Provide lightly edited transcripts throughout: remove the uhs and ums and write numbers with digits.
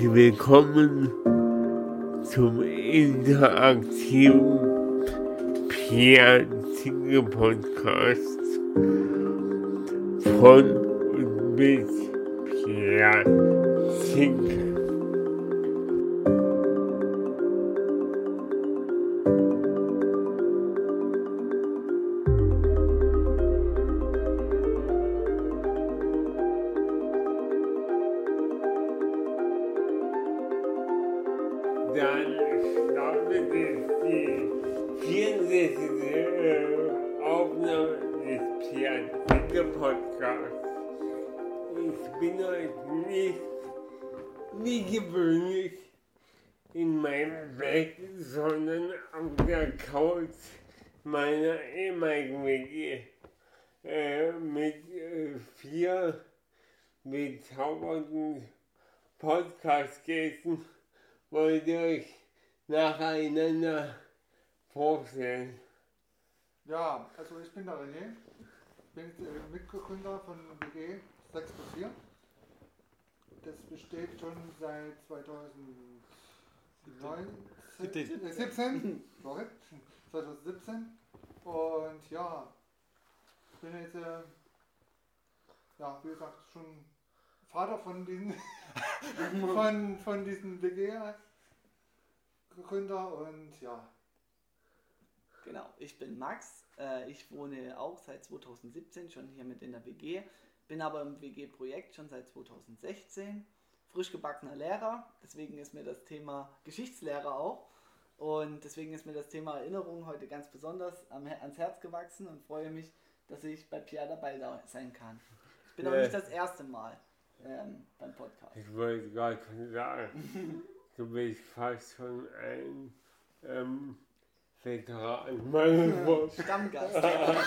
willkommen zum interaktiven Pierre Podcast von und mit Pierre Zink. Dann startet jetzt die 64. Aufnahme des Pierre Zink Podcasts. Ich bin heute nicht wie gewöhnlich in meinem Bett, sondern auf der Couch meiner ehemaligen WG mit 4 bezaubernden Podcast-Gästen wollt ihr euch nacheinander vorstellen. Ja, also ich bin der René, bin Mitbegründer von WG 6+4. Das besteht schon seit 2017. Und ja, ich bin jetzt, wie gesagt, schon Vater von diesen, von diesen WG-Gründer und ja. Genau, ich bin Max, ich wohne auch seit 2017 schon hier mit in der WG, bin aber im WG-Projekt schon seit 2016, frisch gebackener Lehrer, deswegen ist mir das Thema Geschichtslehrer auch und deswegen ist mir das Thema Erinnerung heute ganz besonders ans Herz gewachsen und freue mich, dass ich bei Pierre dabei sein kann. Ich bin auch nicht das erste Mal beim Podcast. Ich wollte gerade sagen, du bist fast schon ein Veteran meines Wortes. Stammgast.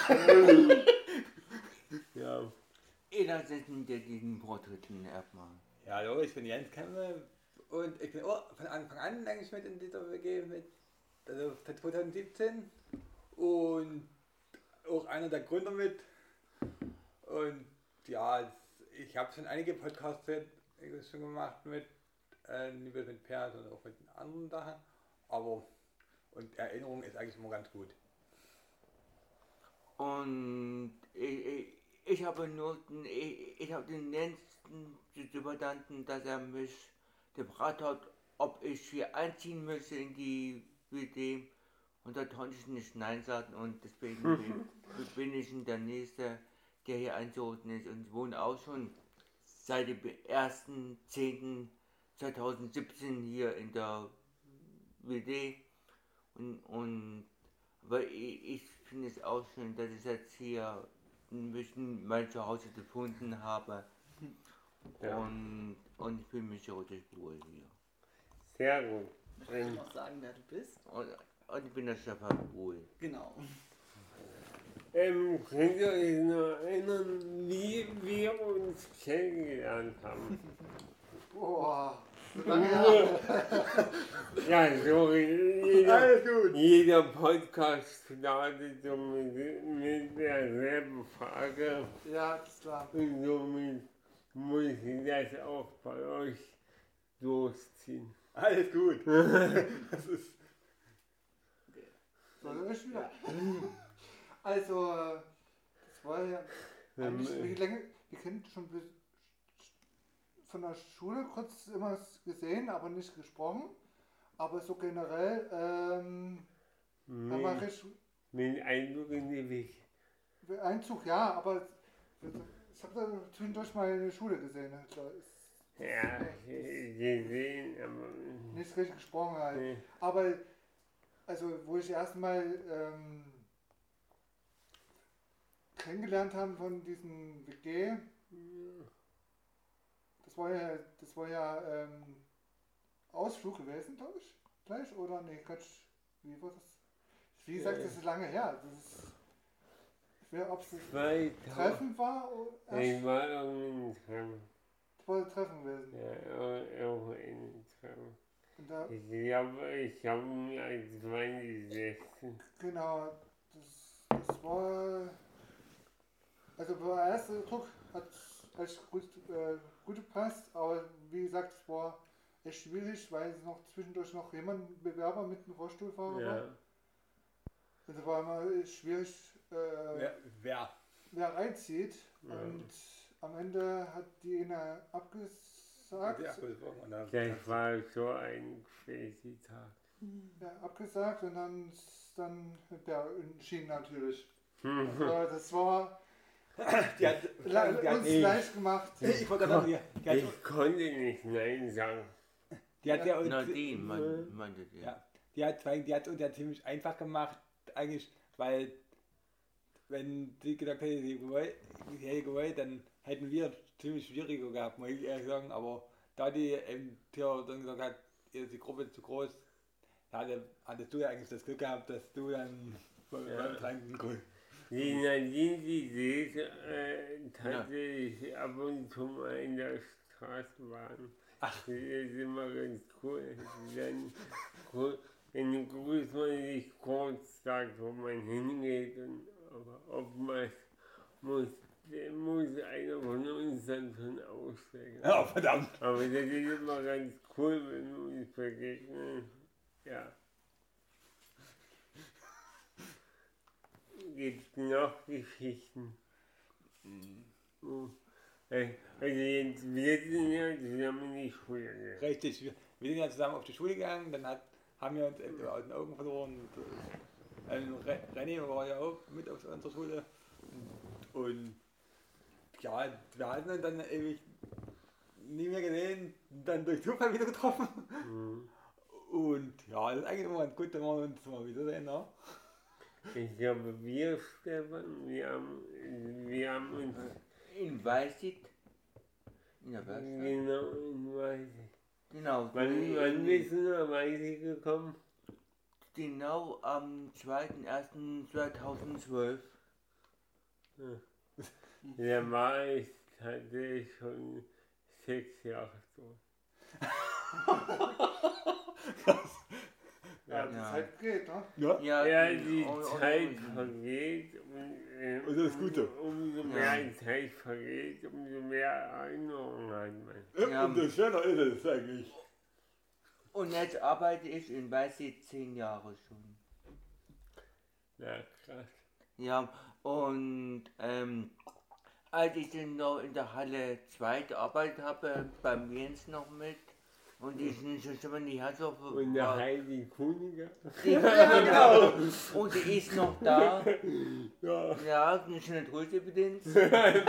Ja. Jeder setzen der diesen Porträten erstmal. Ja, hallo, ich bin Jens Kemme und ich bin auch von Anfang an eigentlich mit in dieser WG, also seit 2017 und auch einer der Gründer mit. Und ja, ich habe schon einige Podcasts schon gemacht nicht nur mit Per, sondern auch mit anderen Sachen. Und Erinnerung ist eigentlich immer ganz gut. Und ich habe den Jens überdanken, dass er mich gefragt hat, ob ich hier einziehen möchte in die WG. Und da konnte ich nicht Nein sagen und deswegen bin ich der Nächste, der hier einzuordnen ist und wohne auch schon seit dem 1.10.2017 hier in der WG. Aber ich finde es auch schön, dass ich jetzt hier ein bisschen mein Zuhause gefunden habe. Ja. Und ich fühle mich richtig wohl hier. Sehr gut. Möchtest du noch sagen, wer du bist? Und ich bin der Stefan Wohl. Genau. Könnt ihr euch noch erinnern, wie wir uns kennengelernt haben? Boah, so lange her. Ja, so jeder Podcast startet so mit derselben Frage. Ja, das ist klar. Und somit muss ich das auch bei euch durchziehen. Alles gut. Das ist Soll ich wieder? Also, das war ja eigentlich, wie lange, wir kennen schon von der Schule kurz immer gesehen, aber nicht gesprochen. Aber so generell, Mit Eindruck in die Weg. Einzug, ja, aber ich habe da zwischendurch mal in der Schule gesehen. Also Ja, gesehen, aber nicht richtig gesprochen halt. nee. Aber, also, wo ich erstmal kennengelernt habe von diesem WG, das war ja Ausflug gewesen, glaube ich, gleich, oder? Nee, Quatsch, wie war das? Wie gesagt, das ist lange her. Das ist, ich weiß, ob es das Treffen war oder Ich war irgendwie ein Treffen. Das war ein Treffen gewesen. Ja, auch ein Treffen. Und da, Ich hab mir als Wein gesessen. genau, das war, also der erste Druck hat echt gut gepasst, aber wie gesagt, es war echt schwierig, weil es noch zwischendurch noch jemand Bewerber mit einem Rollstuhlfahrer war. Ja. Also war immer schwierig, Wer? wer reinzieht. Ja. Und am Ende hat die eine abgesagt. Ja, und dann Das war so ein crazy Tag. Ja, abgesagt und dann entschieden natürlich. Also das war die hat uns leicht gemacht. ich wollte gerade sagen, Ich konnte nicht Nein sagen. die hat ja uns, Nadine meinte die. ja, die hat uns ja ziemlich einfach gemacht, eigentlich, weil wenn sie gesagt hätte, sie hätte gewollt, dann hätten wir ziemlich schwieriger gehabt, muss ich ehrlich sagen, aber da die eben hier dann gesagt hat, ihr ist die Gruppe zu groß, hattest du ja eigentlich das Glück gehabt, dass du dann beim Tranken konntest. Die Nadine, die geht tatsächlich ab und zu mal in der Straßenbahn. Ach. Das ist immer ganz cool. Dann grüßt man sich kurz, sagt, wo man hingeht und ob man muss einer von uns dann schon aussteigen. Ja, verdammt. Aber das ist immer ganz cool, wenn wir uns begegnen. Ja. Gibt noch Geschichten? Also jetzt, wir sind ja zusammen in die Schule gegangen. Richtig, wir sind ja zusammen auf die Schule gegangen, dann haben wir uns aus den Augen verloren. René war ja auch mit auf unserer Schule. Und ja, wir hatten uns dann ewig nie mehr gesehen, dann durch Zufall wieder getroffen. Und ja, das ist eigentlich immer ganz gut, wenn wir uns mal wiedersehen. Ne? Ich glaube, wir, Stefan, wir haben uns In Weißig. In der Werkstatt. genau in Weißig. Genau. Wann bist du nach Weißig gekommen? Genau am 2.1.2012. Da war ich tatsächlich schon 6 Jahre tot. Ja, die Zeit geht, ne? Ja? Ja, die Zeit vergeht Und das ist gut. umso mehr Zeit vergeht, umso mehr Erinnerungen hat man. Ja. Und das Schöne ist es eigentlich. Und jetzt arbeite ich in Weißig 10 Jahre schon. Ja, krass. Ja, und als ich dann noch in der Halle 2 gearbeitet habe, beim Jens noch mit, und die sind schon mal die Herzog. Und der Heidi Kuniger. Genau. Und die ist noch da. Ja. Ja, eine schöne Grüße übrigens. Danke.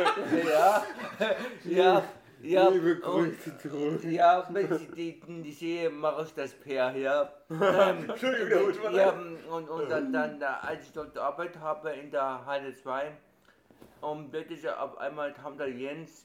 Ja. Liebe Und, Grüße zurück. ja, wenn ich die sehe, mache ich das per, ja. Entschuldigung, Ja, und dann, als ich dort gearbeitet habe in der Halle 2, und plötzlich auf einmal kam der Jens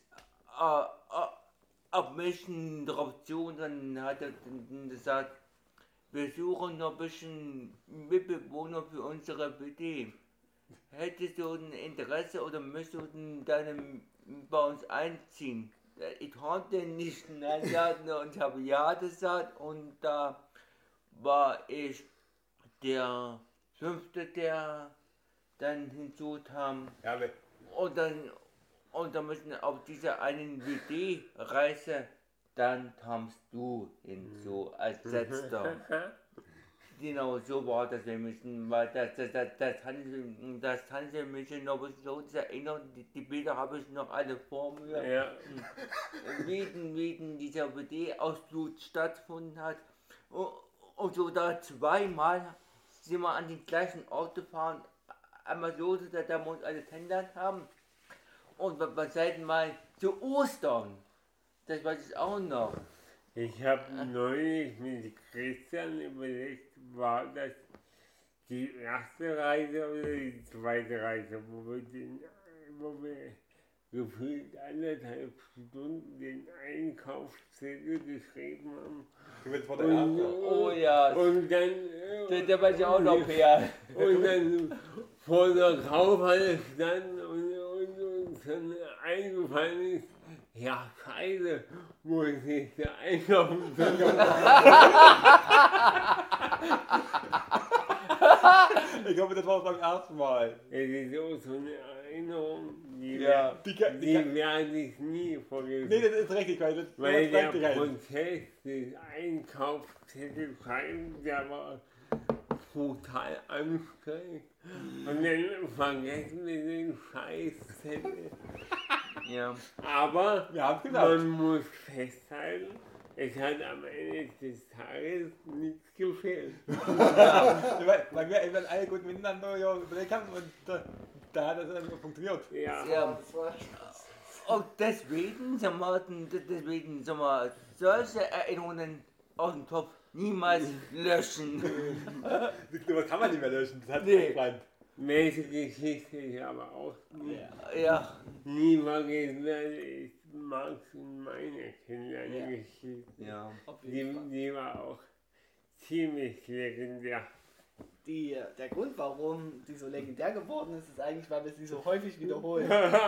auf mich drauf zu und dann hat er gesagt, wir suchen noch ein bisschen Mitbewohner für unsere BD. Hättest du ein Interesse oder möchtest du bei uns einziehen? Ich konnte nicht nein sagen und ich habe ja gesagt und da war ich der 5., der dann hinzukam. Ja, Und dann müssen auf dieser einen WD-Reise, dann kamst du hinzu als Letzter. Genau, so war das nämlich, weil das kann ich mich noch so erinnern, die Bilder habe ich noch alle vor mir. Ja. Wie dieser WD-Ausflug stattgefunden hat. Und so da zweimal sind wir an den gleichen Ort gefahren, einmal so, dass wir uns alle kennengelernt haben. Und wir seid mal zu Ostern. Das weiß ich auch noch. Ich habe neulich mit Christian überlegt, war das die erste Reise oder die zweite Reise, wo wir gefühlt 1,5 Stunden den Einkaufszettel geschrieben haben. war der erste. Oh ja, Und dann, der weiß ich auch noch her. und dann vor der Kaufhalle standen und uns dann eingefallen ist, ja, Scheiße, muss ich da einkaufen? Ich glaube, das war beim ersten Mal. Es ist auch so eine Erinnerungen, die werde ich nie vergessen. Nee, das ist richtig, weil Weil der bleibt halt. Prozess des Einkaufszettel schreiben, der war total anstrengend. Und dann vergessen wir den Scheißzettel. Ja. Aber Wir haben gedacht. man muss festhalten, es hat am Ende des Tages nichts gefehlt. Weil wir alle gut miteinander überlegt haben und da hat das dann funktioniert. Ja. Ja. Und deswegen, solche Erinnerungen aus dem Kopf niemals löschen. Das kann man nicht mehr löschen, das hat Nee. gebrannt. Welche Geschichte ich aber auch Ja. nie vergessen werde, ist Max und meine Kindergeschichte. Ja. Die war auch ziemlich legendär. Der Grund, warum die so legendär geworden ist, ist eigentlich, weil wir sie so häufig wiederholen.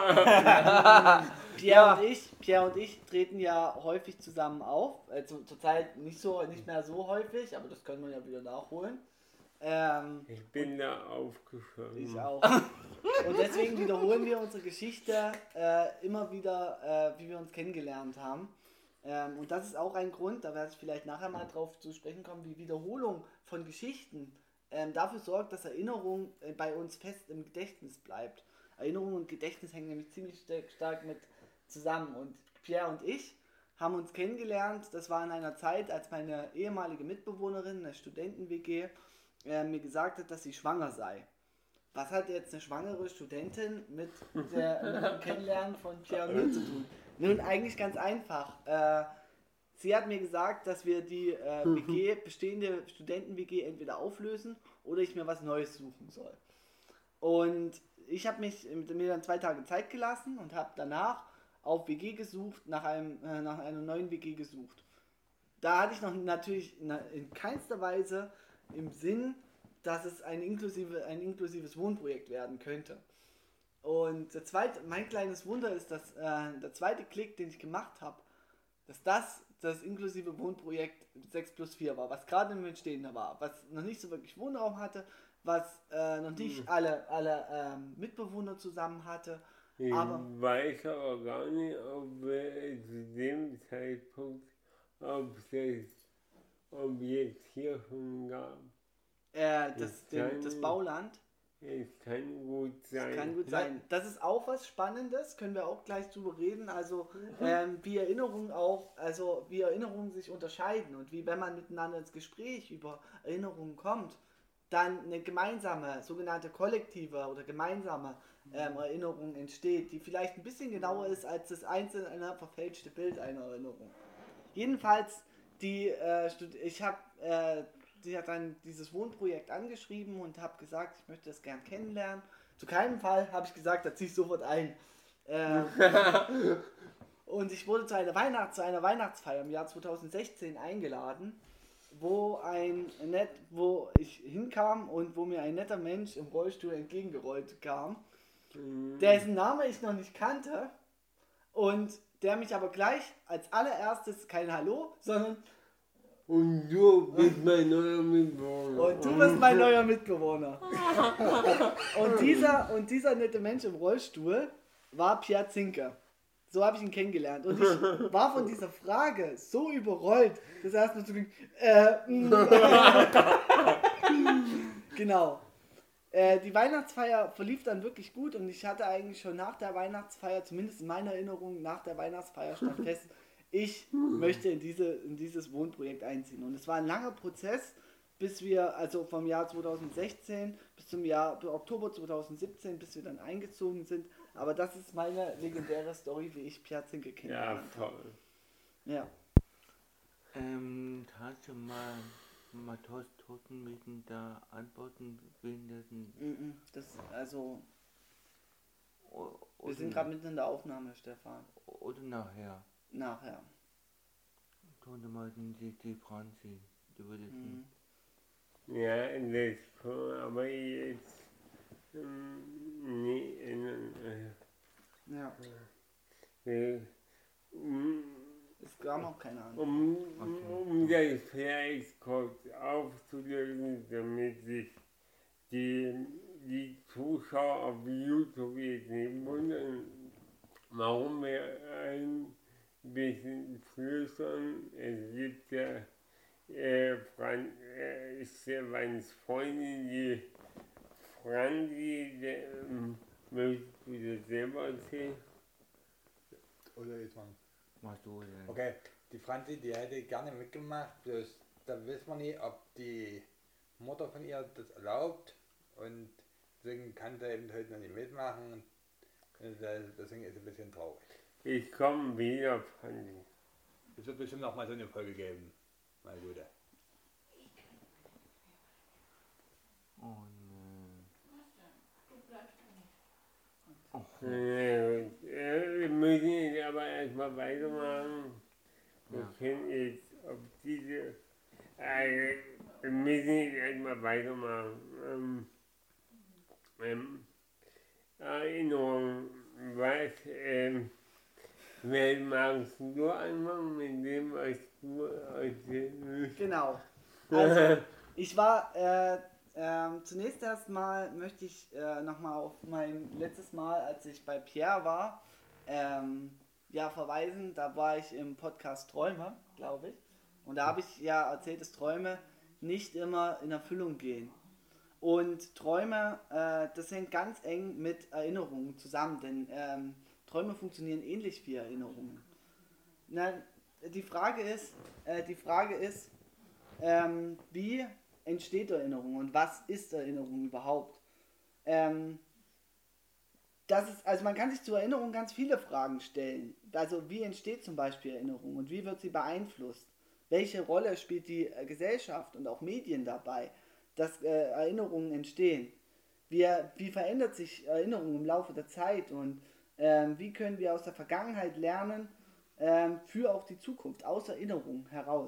Pierre und ich treten ja häufig zusammen auf. Zurzeit nicht mehr so häufig, aber das können wir ja wieder nachholen. Ich bin da aufgeschwommen. Ich auch. Und deswegen wiederholen wir unsere Geschichte immer wieder, wie wir uns kennengelernt haben. Und das ist auch ein Grund, da werde ich vielleicht nachher mal drauf zu sprechen kommen, wie Wiederholung von Geschichten dafür sorgt, dass Erinnerung bei uns fest im Gedächtnis bleibt. Erinnerung und Gedächtnis hängen nämlich ziemlich stark mit zusammen. Und Pierre und ich haben uns kennengelernt, das war in einer Zeit, als meine ehemalige Mitbewohnerin, eine Studenten-WG, mir gesagt hat, dass sie schwanger sei. Was hat jetzt eine schwangere Studentin mit dem Kennenlernen von Pierre und mir zu tun? Nun, eigentlich ganz einfach. Sie hat mir gesagt, dass wir die bestehende Studenten-WG entweder auflösen oder ich mir was Neues suchen soll. Und ich habe mir dann 2 Tage Zeit gelassen und habe danach auf WG gesucht, nach einer neuen WG gesucht. Da hatte ich noch natürlich in keinster Weise im Sinn, dass es ein inklusives Wohnprojekt werden könnte. Und mein kleines Wunder ist, dass der zweite Klick, den ich gemacht habe, dass das inklusive Wohnprojekt 6+4 war, was gerade im Entstehen war, was noch nicht so wirklich Wohnraum hatte, was noch nicht alle Mitbewohner zusammen hatte. Ich Aber weiß aber gar nicht, ob wir zu dem Zeitpunkt, ob es jetzt hier schon gab. das Bauland. Es kann gut sein. Das kann gut sein. Das ist auch was Spannendes, können wir auch gleich drüber reden. Also wie Erinnerungen sich unterscheiden und wie, wenn man miteinander ins Gespräch über Erinnerungen kommt, dann eine gemeinsame, sogenannte kollektive oder gemeinsame Erinnerung entsteht, die vielleicht ein bisschen genauer ist als das einzelne verfälschte Bild einer Erinnerung. Jedenfalls, sie hat dann dieses Wohnprojekt angeschrieben und habe gesagt, ich möchte das gern kennenlernen. Zu keinem Fall habe ich gesagt, da ziehe ich sofort ein. Und ich wurde zu einer Weihnachtsfeier im Jahr 2016 eingeladen, wo ich hinkam und wo mir ein netter Mensch im Rollstuhl entgegengerollt kam, dessen Name ich noch nicht kannte und der mich aber gleich als allererstes kein Hallo, sondern Und du bist mein neuer Mitbewohner. und du bist mein neuer Mitbewohner. Und dieser nette Mensch im Rollstuhl war Pierre Zinke. So habe ich ihn kennengelernt. Und ich war von dieser Frage so überrollt, dass er erstmal so ging, Genau. Die Weihnachtsfeier verlief dann wirklich gut und ich hatte eigentlich schon nach der Weihnachtsfeier, zumindest in meiner Erinnerung, nach der Weihnachtsfeier stand fest, ich möchte in dieses Wohnprojekt einziehen. Und es war ein langer Prozess, bis wir, also vom Jahr 2016 bis zum Oktober 2017, bis wir dann eingezogen sind. Aber das ist meine legendäre Story, wie ich Pierre Zinke kennengelernt habe. Ja, toll. Ja. Kannst du mal Toten da antworten, wen das Wir sind gerade mitten in der Aufnahme, Stefan. Oder nachher. Nachher. Konnte mal die Franzi. Ja, das kann aber jetzt nicht ändern. Ja. Um Es kam auch keine Ahnung. das vielleicht kurz aufzulösen, damit sich die Zuschauer auf YouTube jetzt nicht wundern, warum wir ein bisschen flüstern. Es gibt ja Stefans Freundin, die Franzi, möchtest du das selber erzählen? Oder jetzt mal. Machst du denn? Okay, die Franzi, die hätte gerne mitgemacht, bloß da wissen wir nicht, ob die Mutter von ihr das erlaubt und deswegen kann sie eben heute noch nicht mitmachen. Und deswegen ist sie ein bisschen traurig. Ich komme wieder, Franzi. Es wird bestimmt noch mal so eine Folge geben. Mal gut. Wir müssen jetzt aber erstmal weitermachen. Wir Ja. können jetzt auf diese. Wir müssen jetzt erstmal weitermachen. Erinnerung, was. Wer magst du anfangen mit dem, was du erzählst? Genau. Also, ich war, zunächst erstmal möchte ich nochmal auf mein letztes Mal, als ich bei Pierre war, verweisen. Da war ich im Podcast Träume, glaube ich. Und da habe ich ja erzählt, dass Träume nicht immer in Erfüllung gehen. Und Träume, das hängt ganz eng mit Erinnerungen zusammen, denn Träume funktionieren ähnlich wie Erinnerungen. Die Frage ist, wie entsteht Erinnerung und was ist Erinnerung überhaupt? Also man kann sich zur Erinnerung ganz viele Fragen stellen. Also wie entsteht zum Beispiel Erinnerung und wie wird sie beeinflusst? Welche Rolle spielt die Gesellschaft und auch Medien dabei, dass Erinnerungen entstehen? Wie verändert sich Erinnerung im Laufe der Zeit und wie können wir aus der Vergangenheit lernen für auch die Zukunft, aus Erinnerung heraus?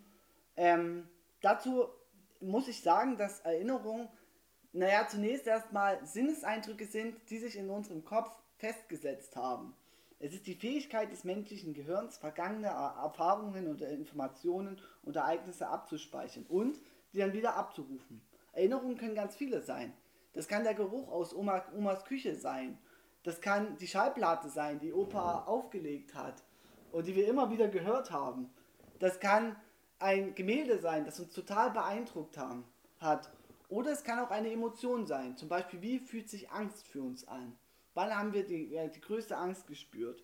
Dazu muss ich sagen, dass Erinnerungen, zunächst erstmal Sinneseindrücke sind, die sich in unserem Kopf festgesetzt haben. Es ist die Fähigkeit des menschlichen Gehirns, vergangene Erfahrungen oder Informationen und Ereignisse abzuspeichern und die dann wieder abzurufen. Erinnerungen können ganz viele sein. Das kann der Geruch aus Omas Küche sein. Das kann die Schallplatte sein, die Opa aufgelegt hat und die wir immer wieder gehört haben. Das kann ein Gemälde sein, das uns total beeindruckt hat. Oder es kann auch eine Emotion sein. Zum Beispiel, wie fühlt sich Angst für uns an? Wann haben wir die größte Angst gespürt?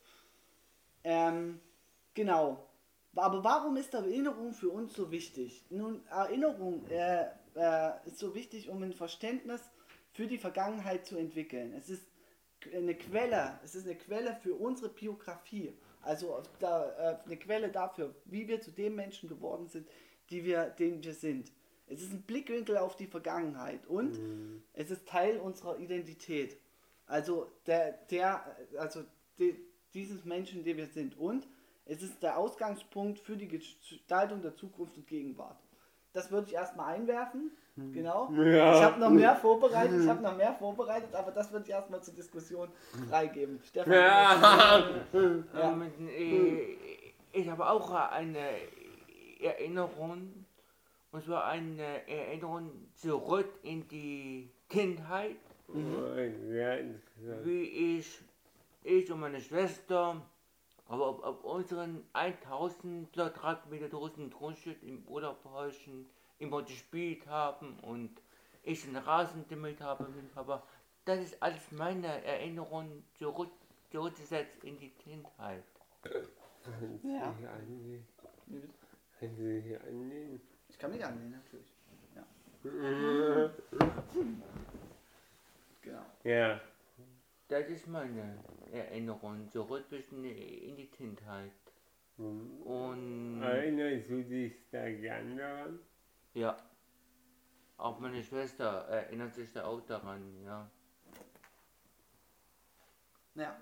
Genau. Aber warum ist Erinnerung für uns so wichtig? Nun, Erinnerung ist so wichtig, um ein Verständnis für die Vergangenheit zu entwickeln. Es ist eine Quelle für unsere Biografie. Also eine Quelle dafür, wie wir zu dem Menschen geworden sind, den wir sind. Es ist ein Blickwinkel auf die Vergangenheit und es ist Teil unserer Identität. Also dieses Menschen, den wir sind. Und es ist der Ausgangspunkt für die Gestaltung der Zukunft und Gegenwart. Das würde ich erstmal einwerfen. Genau. Ja. Ich habe noch mehr vorbereitet, aber das würde ich erstmal zur Diskussion freigeben. Stefan. Ja. Ich habe auch eine Erinnerung, und zwar eine Erinnerung zurück in die Kindheit, wie ich und meine Schwester auf unseren 1000 Quadratmeter großen Grundstück im Urlaubhäuschen immer gespielt haben und ich den Rasen dämmelt habe mit dem Papa. Das ist alles meine Erinnerung zurückgesetzt in die Kindheit. Ja. Kannst du dich annehmen? Ich kann mich annehmen, natürlich. Ja. Genau. Ja. Das ist meine Erinnerung zurück in die Kindheit. Und Erinnerst du dich da gern daran? ja, auch meine Schwester erinnert sich da auch daran, ja. Ja.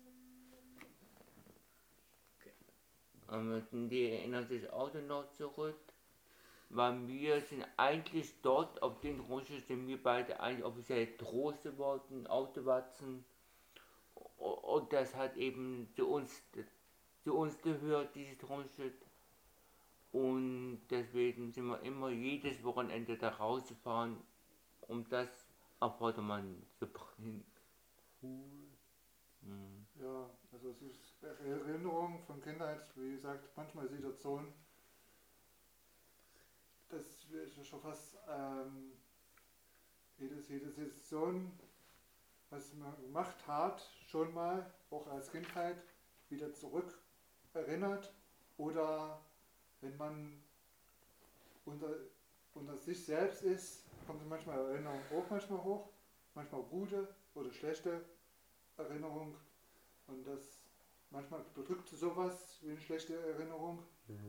Die erinnert sich auch noch zurück, weil wir sind eigentlich dort auf den Grundstück, sind wir beide eigentlich offiziell groß geworden, aufgewachsen. Und das hat eben zu uns gehört, dieses Grundstück. Und deswegen sind wir immer jedes Wochenende da rausgefahren, um das Appartement zu bringen. Ja, also es ist Erinnerung von Kindheit, wie gesagt, manchmal Situation. Das ist ja schon fast jede Situation, was man gemacht hat, schon mal, auch als Kindheit, wieder zurück erinnert. Oder wenn man unter sich selbst ist, kommt manchmal Erinnerung auch manchmal hoch, manchmal gute oder schlechte Erinnerung. Und das manchmal bedrückt sowas wie eine schlechte Erinnerung.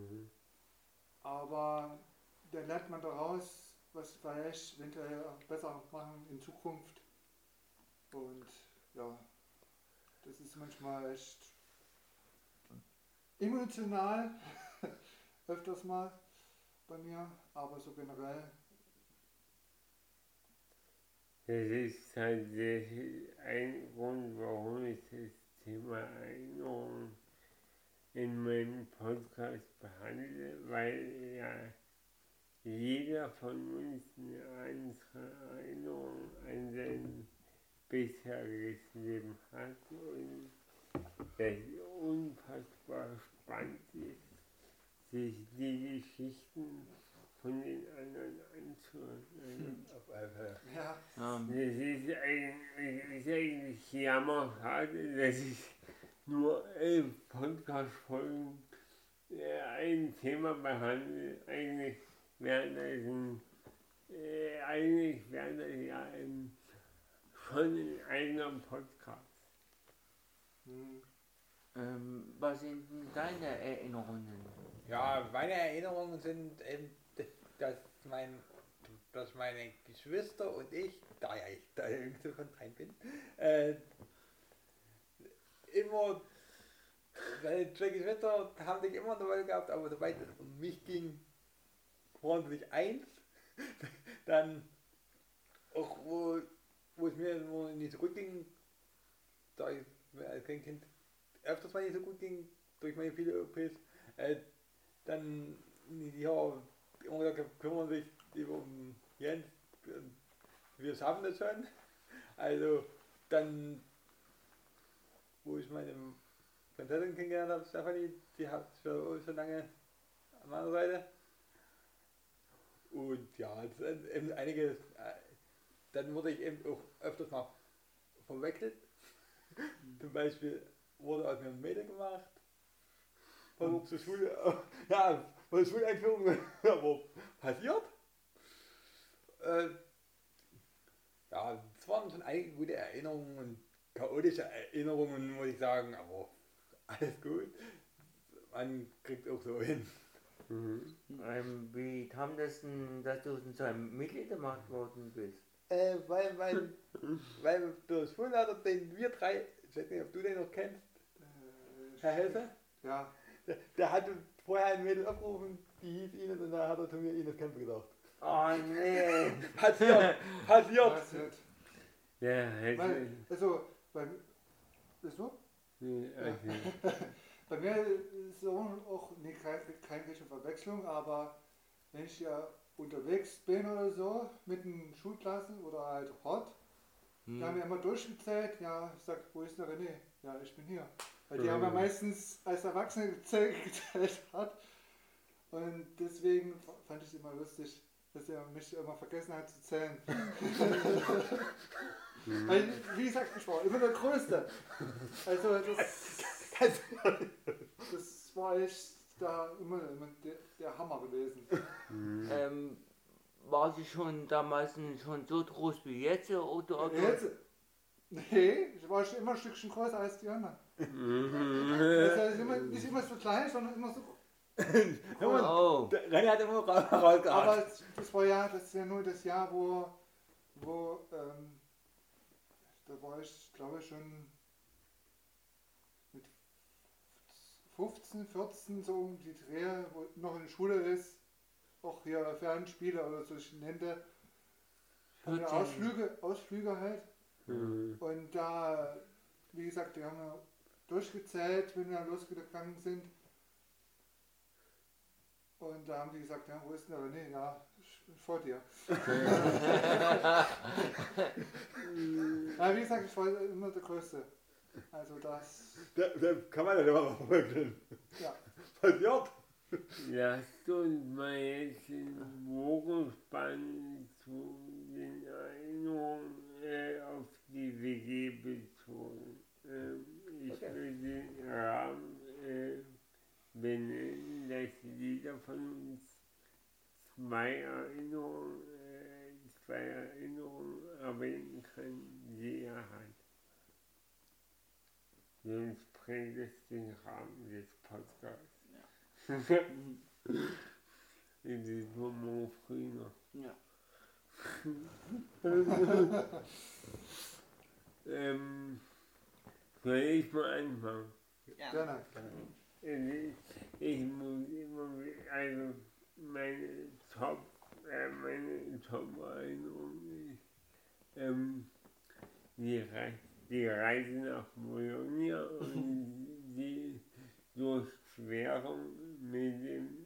Aber dann lernt man daraus, was vielleicht eventuell besser machen in Zukunft. Und ja, das ist manchmal echt emotional, öfters mal bei mir, aber so generell. Das ist tatsächlich ein Grund, warum ich das Thema Erinnerung in meinem Podcast behandle, weil ja jeder von uns eine andere Erinnerung an sein bisheriges Leben hat und das unfassbar spannend ist, sich die Geschichten von den anderen anzuhören. Auf alle Fälle. Ja, Das ist eigentlich jammerschade, dass ich nur 11 Podcast-Folgen ein Thema behandle. Eigentlich wäre das ja schon ein eigener Podcast. Was sind denn deine Erinnerungen? Ja, meine Erinnerungen sind eben, dass meine Geschwister und ich, da ja ich der Jüngste von dreien bin, immer, meine zwei Geschwister haben sich immer eine Rolle gehabt, aber sobald es um mich ging, waren sie sich eins. Dann, auch wo es mir nicht so gut ging, da ich mir als Kind öfters mal nicht so gut ging, durch meine viele OPs, dann, ja, immer gesagt, kümmern sich lieber um Jens, wir schaffen das schon. Also, dann, wo ich meine Prinzessin kennengelernt habe, Stefanie, die hat schon lange an meiner Seite. Und ja, das sind eben einige, dann wurde ich eben auch öfters mal verwechselt. Zum Beispiel wurde aus mir ein Mädel gemacht. Versucht zur Schule, ja, von der Schuleinführung, aber passiert. Ja, es waren schon einige gute Erinnerungen und chaotische Erinnerungen, muss ich sagen, aber alles gut. Man kriegt auch so hin. Wie kam das denn, dass du zu einem Mitglied gemacht worden bist? Weil der Schulleiter, den wir drei, ich weiß nicht, ob du den noch kennst, Herr Hesse, ja, der hatte vorher ein Mädel abgerufen, die hieß Ines und da hat er zu mir Ines Kämpfe gedacht. Oh nee. Passiert. passiert. Ja, hätte Also, bist du? Bei mir ist es auch keine richtige Verwechslung, aber wenn ich ja unterwegs bin oder so, mit den Schulklassen oder halt Hort, die haben ja immer durchgezählt, ja, ich sag, wo ist der René? Ja, ich bin hier. Weil die haben ja meistens als Erwachsene gezählt hat. Und deswegen fand ich es immer lustig, dass er mich immer vergessen hat zu zählen. Weil, wie gesagt, ich war immer der Größte. Also das war echt da immer der Hammer gewesen. War sie schon damals schon so groß wie jetzt? Oder? Jetzt? Nee, ich war schon immer ein Stückchen größer als die anderen. Das heißt nicht immer so klein, sondern immer so groß. Oh. René hat immer rausgehauen. Aber das ist ja nur das Jahr, wo da war ich, glaube ich, schon mit 15, 14 so um die Dreh, wo noch in der Schule ist, auch hier Fernspiele oder so, ich nenne Ausflüge halt. Und da, wie gesagt, die haben ja durchgezählt, wenn wir losgegangen sind. Und da haben die gesagt, ja, wo ist denn der René? Ja, ich vor dir. Ja, wie gesagt, ich war immer der Größte. Also das, Da kann man ja immer noch verwechseln. ja. Passiert. Lasst uns mal jetzt den Bogen spannen zu den Erinnerungen auf die WG bezogen. Ich Okay. würde den Rahmen benennen, dass jeder von uns zwei Erinnerungen erwähnen kann, die er hat. Sonst bringt es den Rahmen des Podcasts. In diesem Moment früher. Ja. Soll ich mal anfangen? Gerne. Gerne. Ich muss immer, also meine Top-Erinnerung ist die Reise nach Bologna und die Durchquerung mit dem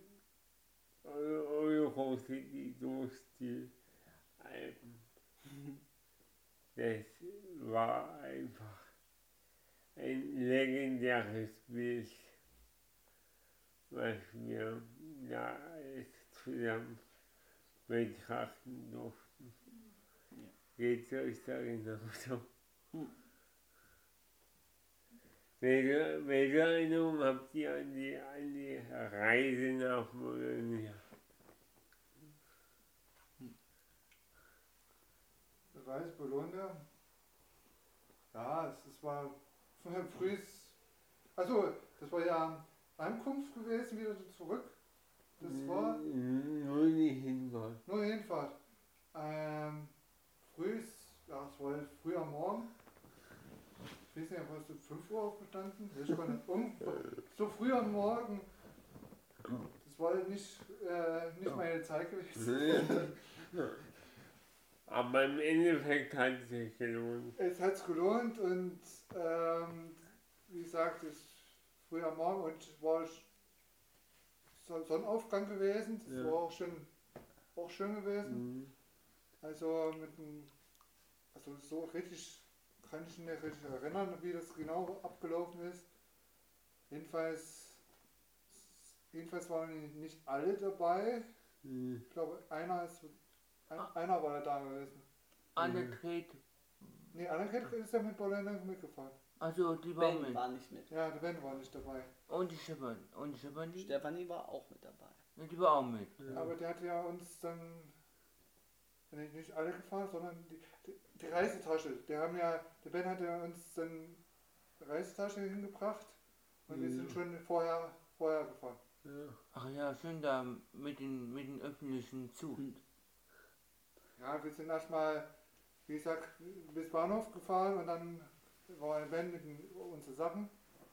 Eurocity durch die Alpen. Das war einfach ein legendäres Bild, was wir da alles zusammen betrachten durften. Geht's euch da genauso? Welche Erinnerung habt ihr an die Reise nach Bologna? Reis Bologna. Ja, es war früh. Also, das war ja Ankunft gewesen, wieder zurück. Das war Nur die Hinfahrt. nur Hinfahrt. Früh, ja, es war früh am Morgen. Ich weiß nicht, hast du 5 Uhr aufgestanden? Ich war nicht so früh am Morgen. Das war nicht meine Zeit gewesen. Aber im Endeffekt hat es sich gelohnt. Es hat es gelohnt und wie gesagt, es ist früh am Morgen und es war Sonnenaufgang gewesen. Das Ja. war auch schön gewesen. Also so richtig kann ich mich nicht richtig erinnern, wie das genau abgelaufen ist. Jedenfalls waren nicht alle dabei. Ich glaube, einer war da gewesen. Annegret, Nee, Annegret ist ja mit Bologna mitgefahren. also die war Ben mit. war nicht mit. Ja, der Ben war nicht dabei. Und die Stefanie? Stefanie war auch mit dabei. Ja, die war auch mit. Aber der hat ja uns dann, nicht alle gefahren, sondern die Reisetasche. Der Ben hat ja uns dann eine Reisetasche hingebracht und wir sind schon vorher gefahren. Ja. Ach ja, schön da mit den öffentlichen Zug. Ja, wir sind erstmal, wie gesagt, bis Bahnhof gefahren und dann war der Ben mit unseren Sachen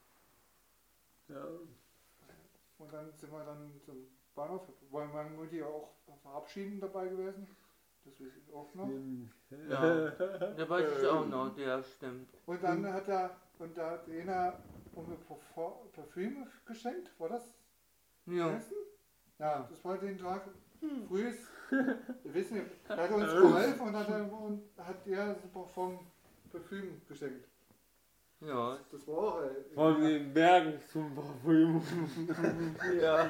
Ja. und dann sind wir dann zum Bahnhof, weil meine Mutti auch verabschieden dabei gewesen. Das weiß ich auch noch. Ja, da weiß ich auch noch, der stimmt. Und dann hat er einer Parfüm geschenkt, war das? Ja. Essen? Ja, das war den Tag früh. Wir wissen nicht, er hat uns geholfen und hat er vom Parfüm geschenkt. Ja. Das war auch. Von den Bergen zum Parfüm. Ja.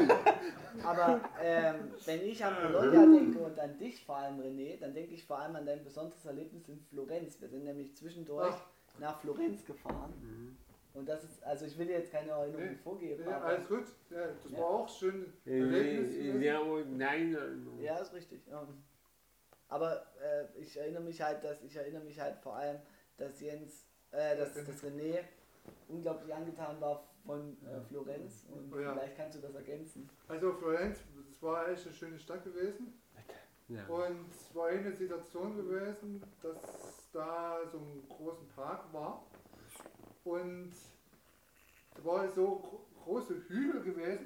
Aber wenn ich an Bologna denke und an dich vor allem, René, dann denke ich vor allem an dein besonderes Erlebnis in Florenz. Wir sind nämlich zwischendurch nach Florenz gefahren. Und das ist, also ich will dir jetzt keine Erinnerung vorgeben, Ja, aber alles gut. Ja, das war auch schön. Ja, und nein. ja, ist richtig. Ja. Aber ich erinnere mich halt vor allem, dass dass René unglaublich angetan war von Florenz und Oh ja. vielleicht kannst du das ergänzen. Also Florenz, das war eigentlich eine schöne Stadt gewesen. Ja. Und es war eine Situation gewesen, dass da so ein großen Park war. Und es war so große Hügel gewesen.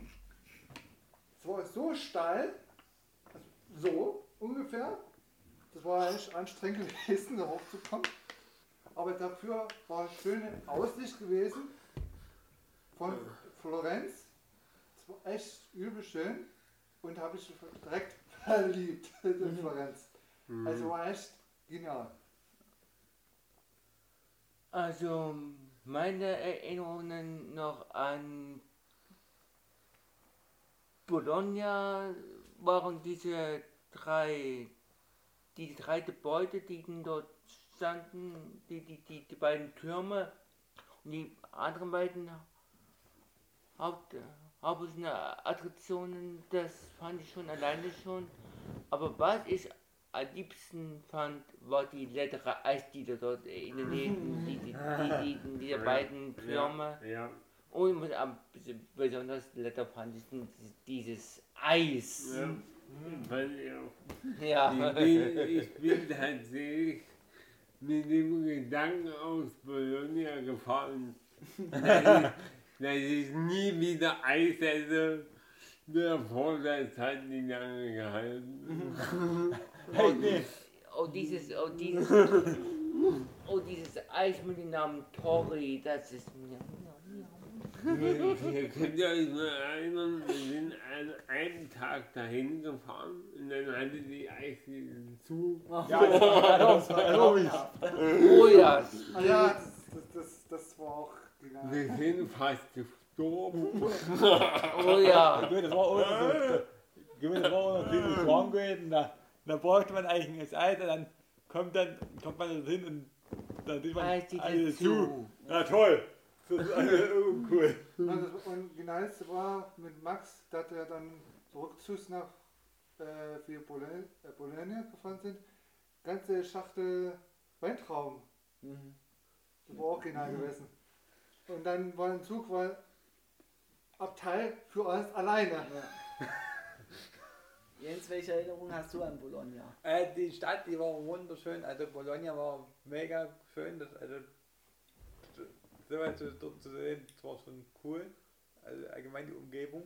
Es war so steil, also so ungefähr. Das war echt anstrengend gewesen, da hochzukommen. Aber dafür war schöne Aussicht gewesen von Florenz. Es war echt übel schön und habe ich direkt total liebt, die Florenz. Also war echt genial. Also meine Erinnerungen noch an Bologna waren diese drei Gebäude, die dort standen, die beiden Türme und die anderen beiden Hauptattraktionen, das fand ich schon alleine schon. Aber was ich am liebsten fand, war die leckere Eisdiele dort in der Nähe, diese beiden Türme. Ja. Und besonders lecker fand ich dieses Eis. Ja. Fand ich auch. Ja. Ich bin tatsächlich mit dem Gedanken aus Bologna gefahren, dass ich nie wieder Eis esse. Der Vorsatz hat nicht lange gehalten. Dieses Eis mit dem Namen Tori, das ist mir. Ihr könnt euch mal erinnern, wir sind an einem Tag dahin gefahren und dann hatte die Eisdiele zu. Ja, das war logisch. Oh ja. Ah ja, das war auch genial. Wir sind fast gestorben. Oh ja. Das war auch noch ziemlich warm gewesen. Da brauchte man eigentlich ein Eis und dann kommt man da hin und dann sieht man alles zu. Ja toll. Das ist alles cool. Und genialste war mit Max, dass er dann zurückzug nach wir Bologna gefahren sind, ganze Schachtel Weintrauben. Das war auch genial gewesen. Und dann war ein Zug, Abteil für uns alleine. Ja. Jens, welche Erinnerung hast du an Bologna? Die Stadt, die war wunderschön. Also Bologna war mega schön. So weit dort zu sehen, das war schon cool. Also allgemein die Umgebung.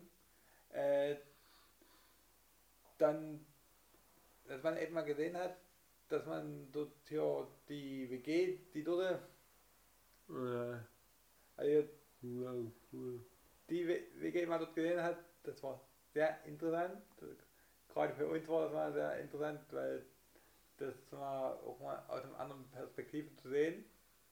Dann, dass man eben mal gesehen hat, dass man dort hier die WG, die dort, Ja, also cool. die WG mal dort gesehen hat, das war sehr interessant. Gerade für uns war das mal sehr interessant, weil das war auch mal aus einer anderen Perspektive zu sehen.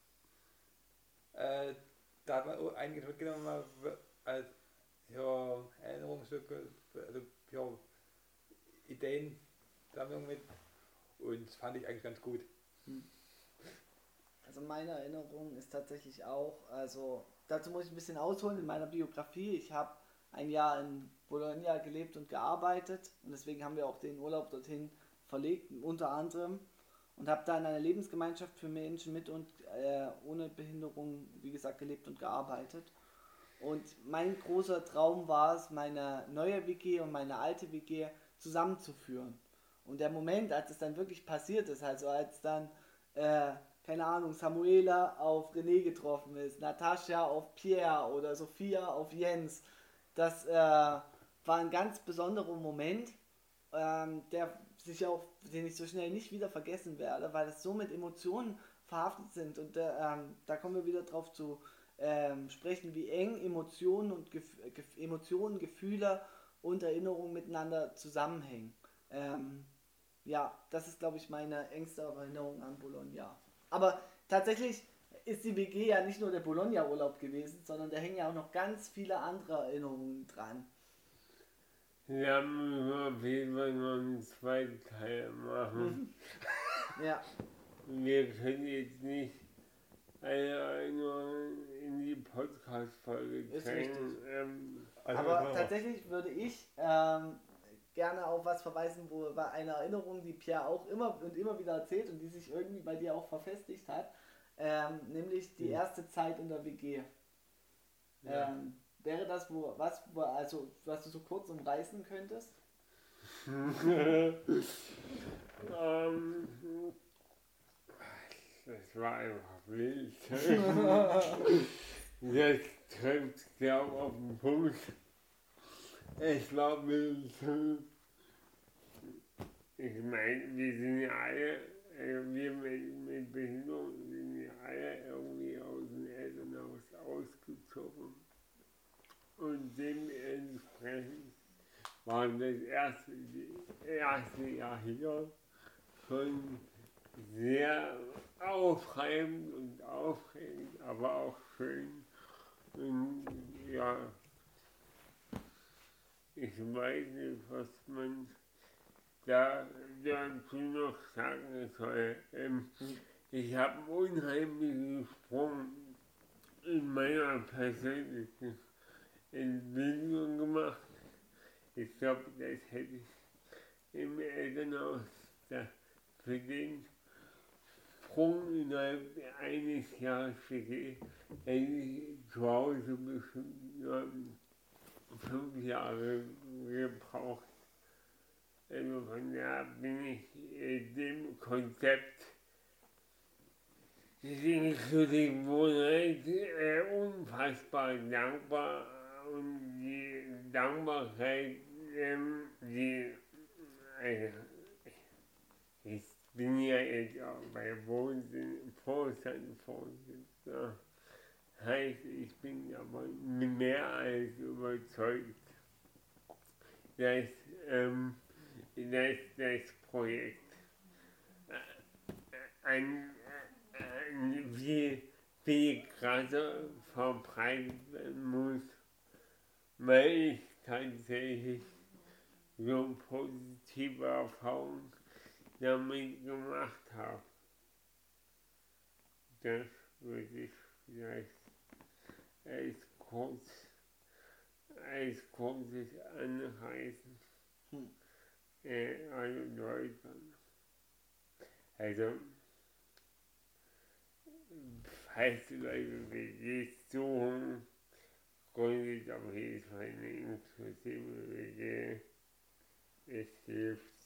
Da hat man auch einiges mitgenommen als Erinnerungsstücke, also Ideensammlung mit, und das fand ich eigentlich ganz gut. Also meine Erinnerung ist tatsächlich auch, also dazu muss ich ein bisschen ausholen in meiner Biografie. Ich habe ein Jahr in Bologna gelebt und gearbeitet und deswegen haben wir auch den Urlaub dorthin verlegt, unter anderem. Und habe da in einer Lebensgemeinschaft für Menschen mit und ohne Behinderung, wie gesagt, gelebt und gearbeitet. Und mein großer Traum war es, meine neue WG und meine alte WG zusammenzuführen. Und der Moment, als es dann wirklich passiert ist, also als dann, keine Ahnung, Samuela auf René getroffen ist, Natascha auf Pierre oder Sophia auf Jens, das war ein ganz besonderer Moment, den ich so schnell nicht wieder vergessen werde, weil es so mit Emotionen verhaftet sind. Und da kommen wir wieder drauf zu sprechen, wie eng Emotionen, Gefühle und Erinnerungen miteinander zusammenhängen. Ja, das ist, glaube ich, meine engste Erinnerung an Bologna. Aber tatsächlich ist die WG ja nicht nur der Bologna-Urlaub gewesen, sondern da hängen ja auch noch ganz viele andere Erinnerungen dran. Ja, müssen wir auf jeden Fall noch einen zweiten Teil machen. Ja. Wir können jetzt nicht alle Erinnerungen in die Podcast-Folge Ist zeigen. Aber tatsächlich würde ich gerne auf was verweisen, wo war eine Erinnerung, die Pierre auch immer und immer wieder erzählt und die sich irgendwie bei dir auch verfestigt hat, nämlich die erste Zeit in der WG. Ja. Wäre das was du so kurz umreißen könntest? Das war einfach wild. Das trifft, glaube ich, auf den Punkt. Ich glaube, ich meine, wir sind ja alle, wir mit Behinderung sind ja alle irgendwie aus dem Elternhaus ausgezogen. Und dementsprechend war das erste Jahr hier schon sehr aufreibend und aufregend, aber auch schön. Und ja, ich weiß nicht, was man dazu noch sagen soll. Ich habe einen unheimlichen Sprung in meiner persönlichen Entwicklung gemacht. Ich glaube, das hätte ich im Elternhaus für den Sprung innerhalb eines Jahres hätte ich zu Hause bestimmt 5 Jahre gebraucht. Also von daher bin ich dem Konzept des inklusiven Wohnrechts unfassbar dankbar und die Dankbarkeit, ich bin ja jetzt auch bei Vorstandsvorsitzender. Heißt, ich bin aber mehr als überzeugt, dass das Projekt viel krasser verbreitet werden muss, weil ich tatsächlich so positive Erfahrungen damit gemacht habe. Das würde ich vielleicht als kurzes Anreißen erläutern. Also, falls Leute WGs suchen, gründet auf jeden Fall eine inklusive WG. Es hilft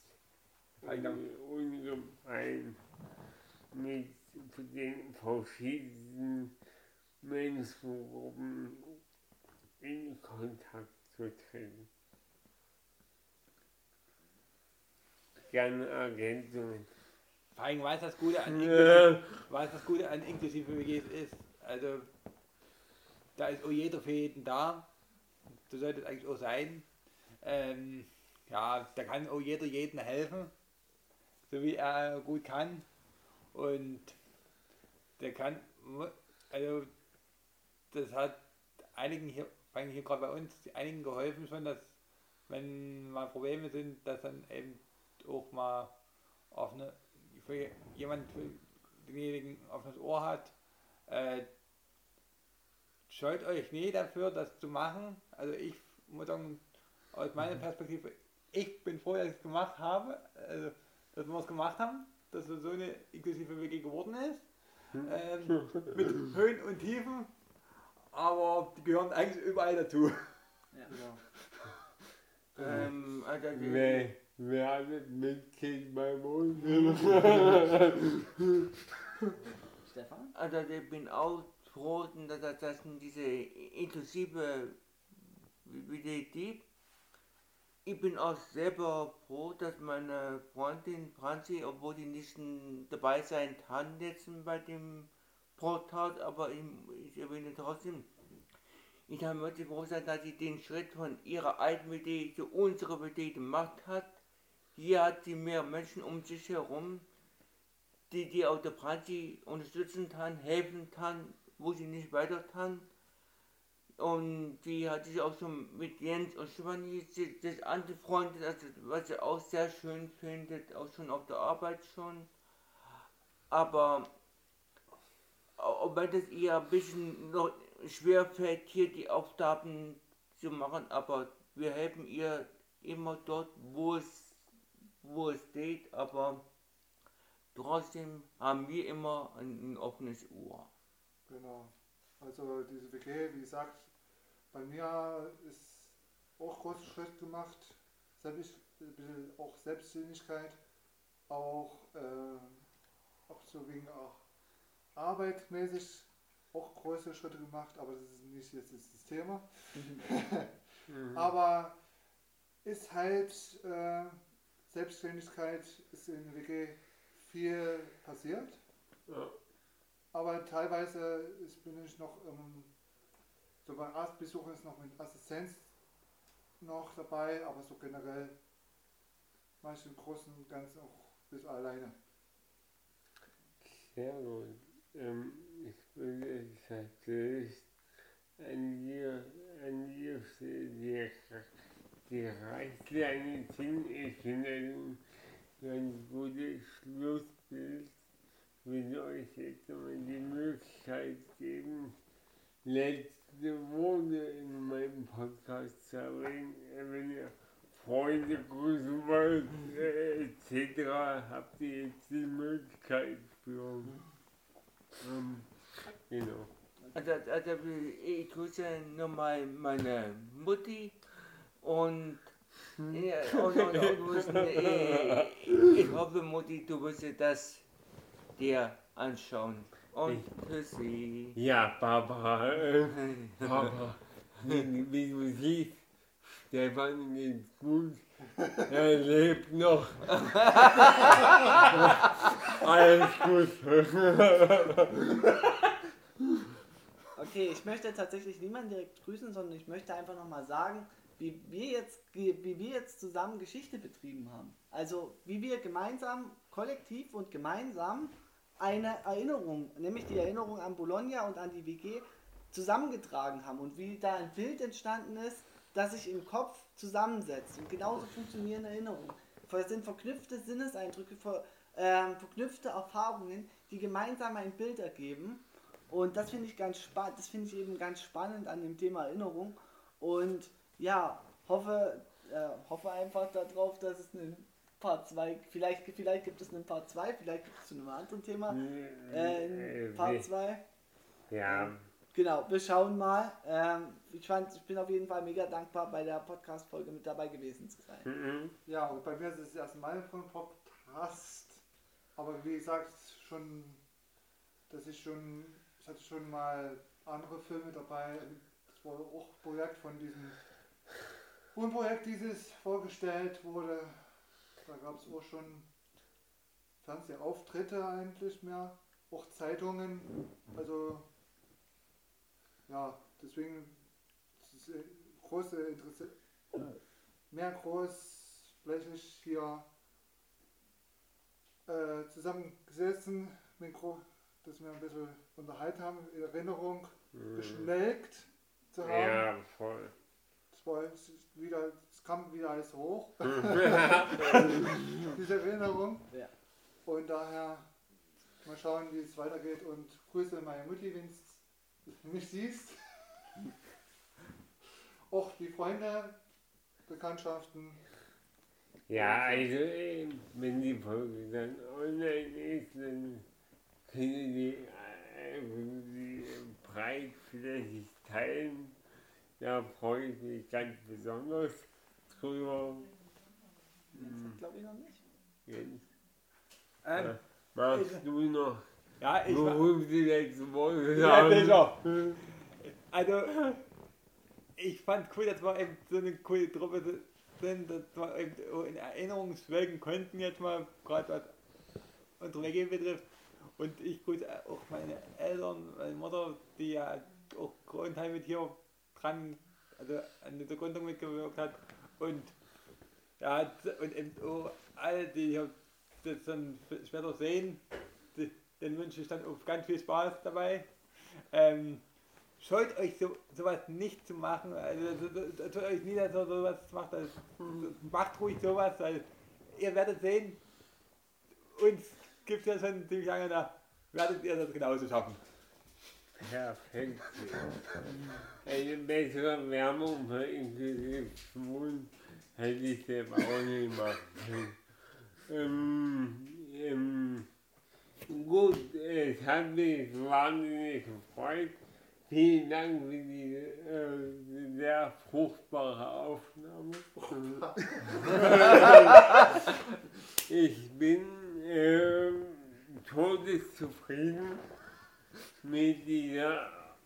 ungemein mit den verschiedenen Menschengruppen in Kontakt zu treten. Gerne Ergänzungen. Vor allem, was das Gute an inklusive WGs ist. Also, da ist auch jeder für jeden da. So sollte es eigentlich auch sein. Ja, da kann auch jeder jedem helfen, so wie er gut kann. Und der kann, also, das hat einigen hier, vor allem hier gerade bei uns, einigen geholfen schon, dass, wenn mal Probleme sind, dass dann eben auch mal für jemand, für denjenigen offenes Ohr hat. Scheut euch nie dafür, das zu machen. Also ich muss sagen, aus meiner Perspektive, ich bin froh, dass ich es gemacht habe, also, dass wir es gemacht haben, dass es so eine inklusive WG geworden ist. Mit Höhen und Tiefen, aber die gehören eigentlich überall dazu. Ja. Wer hat mit Kind beim Mund? Stefan? Also ich bin auch froh, dass diese inklusive WG. Ich bin auch selber froh, dass meine Freundin Franzi, obwohl die nicht dabei sein kann jetzt bei dem Portal, aber ich erwähne trotzdem, ich kann wirklich froh sein, dass sie den Schritt von ihrer alten WG zu unserer WG gemacht hat. Hier hat sie mehr Menschen um sich herum, die auch der Franzi unterstützen kann, helfen kann, wo sie nicht weiter kann. Und die hat sich auch schon mit Jens und Stefanie das angefreundet, also, was sie auch sehr schön findet, auch schon auf der Arbeit schon. Aber auch wenn es ihr ein bisschen noch schwer fällt, hier die Aufgaben zu machen, aber wir helfen ihr immer dort, wo es geht, aber trotzdem haben wir immer ein offenes Ohr. Genau. Also diese WG, wie gesagt, bei mir ist auch großer Schritt gemacht, ein bisschen auch Selbstständigkeit, auch so wegen auch arbeitsmäßig auch große Schritte gemacht, aber das ist nicht jetzt das Thema. Aber ist halt Selbstständigkeit, ist in der WG viel passiert. Ja. Aber teilweise bin ich noch, so bei Arztbesuchen ist noch mit Assistenz noch dabei, aber so generell mache ich im Großen und Ganzen auch bis alleine. Sehr gut. Ich würde tatsächlich an dir die Reichsleine ich finde ein ganz gutes Schlussbild. Ich würde euch jetzt mal die Möglichkeit geben, letzte Worte in meinem Podcast zu erwähnen, wenn ihr Freunde grüßen wollt, etc., habt ihr jetzt die Möglichkeit für. Genau. Also ich grüße nochmal meine Mutti und ich hoffe, Mutti, du wirst dir das dir anschauen. Und tschüssi. Ja, Papa, Papa, wie du siehst, Stefan geht's gut, er lebt noch. Alles gut. Okay, ich möchte tatsächlich niemanden direkt grüßen, sondern ich möchte einfach nochmal sagen, wie wir jetzt zusammen Geschichte betrieben haben. Also wie wir gemeinsam, kollektiv und gemeinsam eine Erinnerung, nämlich die Erinnerung an Bologna und an die WG, zusammengetragen haben und wie da ein Bild entstanden ist, das sich im Kopf zusammensetzt. Und genauso funktionieren Erinnerungen. Das sind verknüpfte Sinneseindrücke, verknüpfte Erfahrungen, die gemeinsam ein Bild ergeben. Und das finde ich eben ganz spannend an dem Thema Erinnerung. Und ja, hoffe einfach darauf, dass es einen Part 2, vielleicht gibt es einen Part 2, vielleicht gibt es zu einem anderen Thema Part 2. Ja. Genau, wir schauen mal. Ich bin auf jeden Fall mega dankbar, bei der Podcast-Folge mit dabei gewesen zu sein. Ja, und bei mir ist es das erste Mal von Podcast. Aber wie gesagt, ich hatte schon mal andere Filme dabei. Das war auch ein Projekt von diesem Projekt, dieses vorgestellt wurde. Da gab es auch schon Fernsehauftritte eigentlich mehr, auch Zeitungen. Also ja, deswegen ist es große Interesse, mehr großflächig hier zusammengesessen, dass wir ein bisschen unterhalten haben, Erinnerung geschmelkt zu haben. Ja, voll. Es kam wieder alles hoch, diese Erinnerung. Ja. Und daher mal schauen, wie es weitergeht und Grüße meine Mutti, wenn du mich siehst. Auch die Freunde, Bekanntschaften. Ja, also wenn die Folge dann online ist, dann können die breitflächig teilen. Da freue ich mich ganz besonders drüber. Das glaube ich noch nicht. Jens, machst du noch? Ja, ich war. Worum die letzte Worte Ja, sagen? sicher. Also, ich fand cool, dass wir eben so eine coole Truppe sind, dass wir eben in Erinnerung schwelgen konnten, jetzt mal, gerade was unsere WG betrifft. Und ich grüße auch meine Eltern, meine Mutter, die ja auch Grundteil mit hier dran, also an der Gründung mitgewirkt hat. Und ja, und eben auch alle, die hier das dann später sehen, den wünsche ich dann auch ganz viel Spaß dabei. Scheut euch sowas nicht zu machen, also tut euch nie, dass ihr sowas macht, also, macht ruhig sowas, weil ihr werdet sehen, uns gibt es ja schon ziemlich lange, da werdet ihr das genauso schaffen. Perfekt. Eine bessere Werbung für inklusive Schwulen hätte ich selber auch nicht machen können. Gut, es hat mich wahnsinnig gefreut. Vielen Dank für die sehr fruchtbare Aufnahme. Ich bin todeszufrieden mit dieser.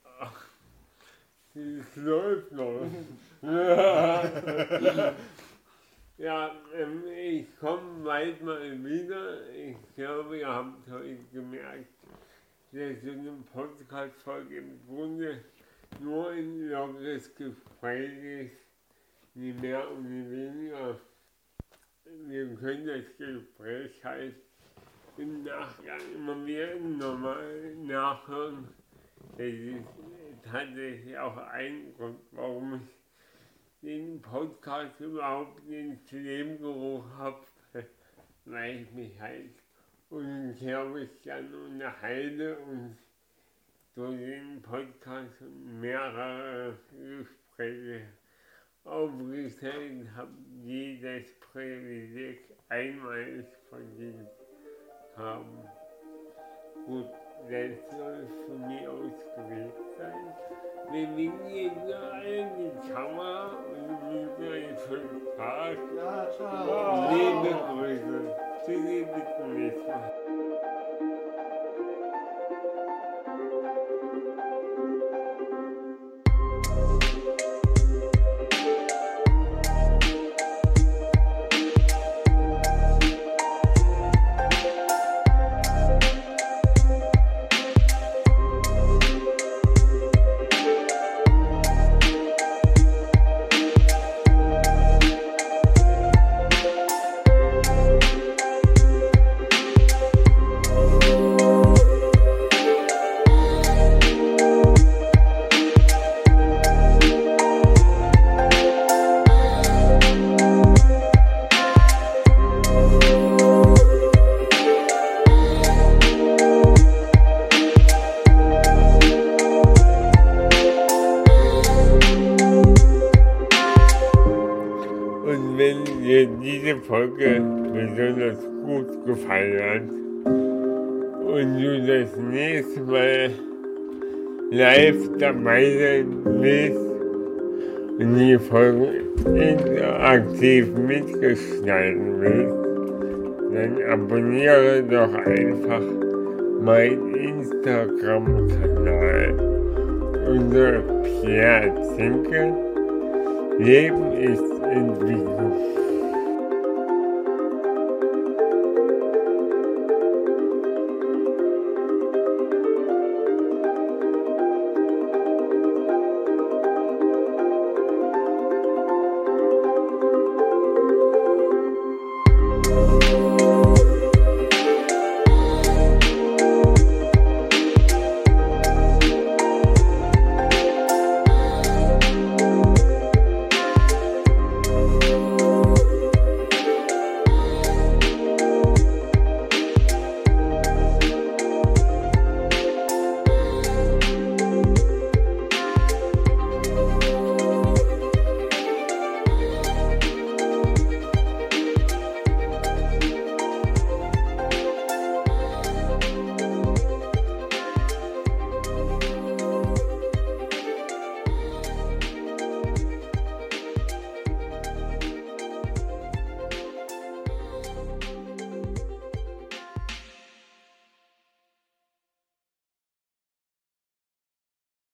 Es läuft noch. Ja, ich komme bald mal wieder. Ich glaube, ihr habt heute gemerkt, dass so eine Podcast-Folge im Grunde nur ein lockeres Gespräch ist nie mehr und nie weniger. Wir können das Gespräch halt im Nachgang immer wieder nochmal nachhören. Das ist tatsächlich auch ein Grund, warum ich den Podcast überhaupt ins Leben gerufen habe, weil ich mich halt unglaublich gern unterhalte und durch den Podcast mehrere Gespräche aufgestellt habe, die das Privileg einmalig verdient haben. Gut, das soll es von mir aus gewesen sein. Wir winken jetzt noch allen die Kamera und wünschen einen schönen Tag. Ja, ciao. Liebe Grüße. Tschüssi, bis zum nächsten Mal. Und wenn dir diese Folge besonders gut gefallen hat und du das nächste Mal live dabei sein willst und die Folge interaktiv mitgestalten willst, dann abonniere doch einfach meinen Instagram-Kanal unter Pierre Zinke. Leben ist Entwicklung.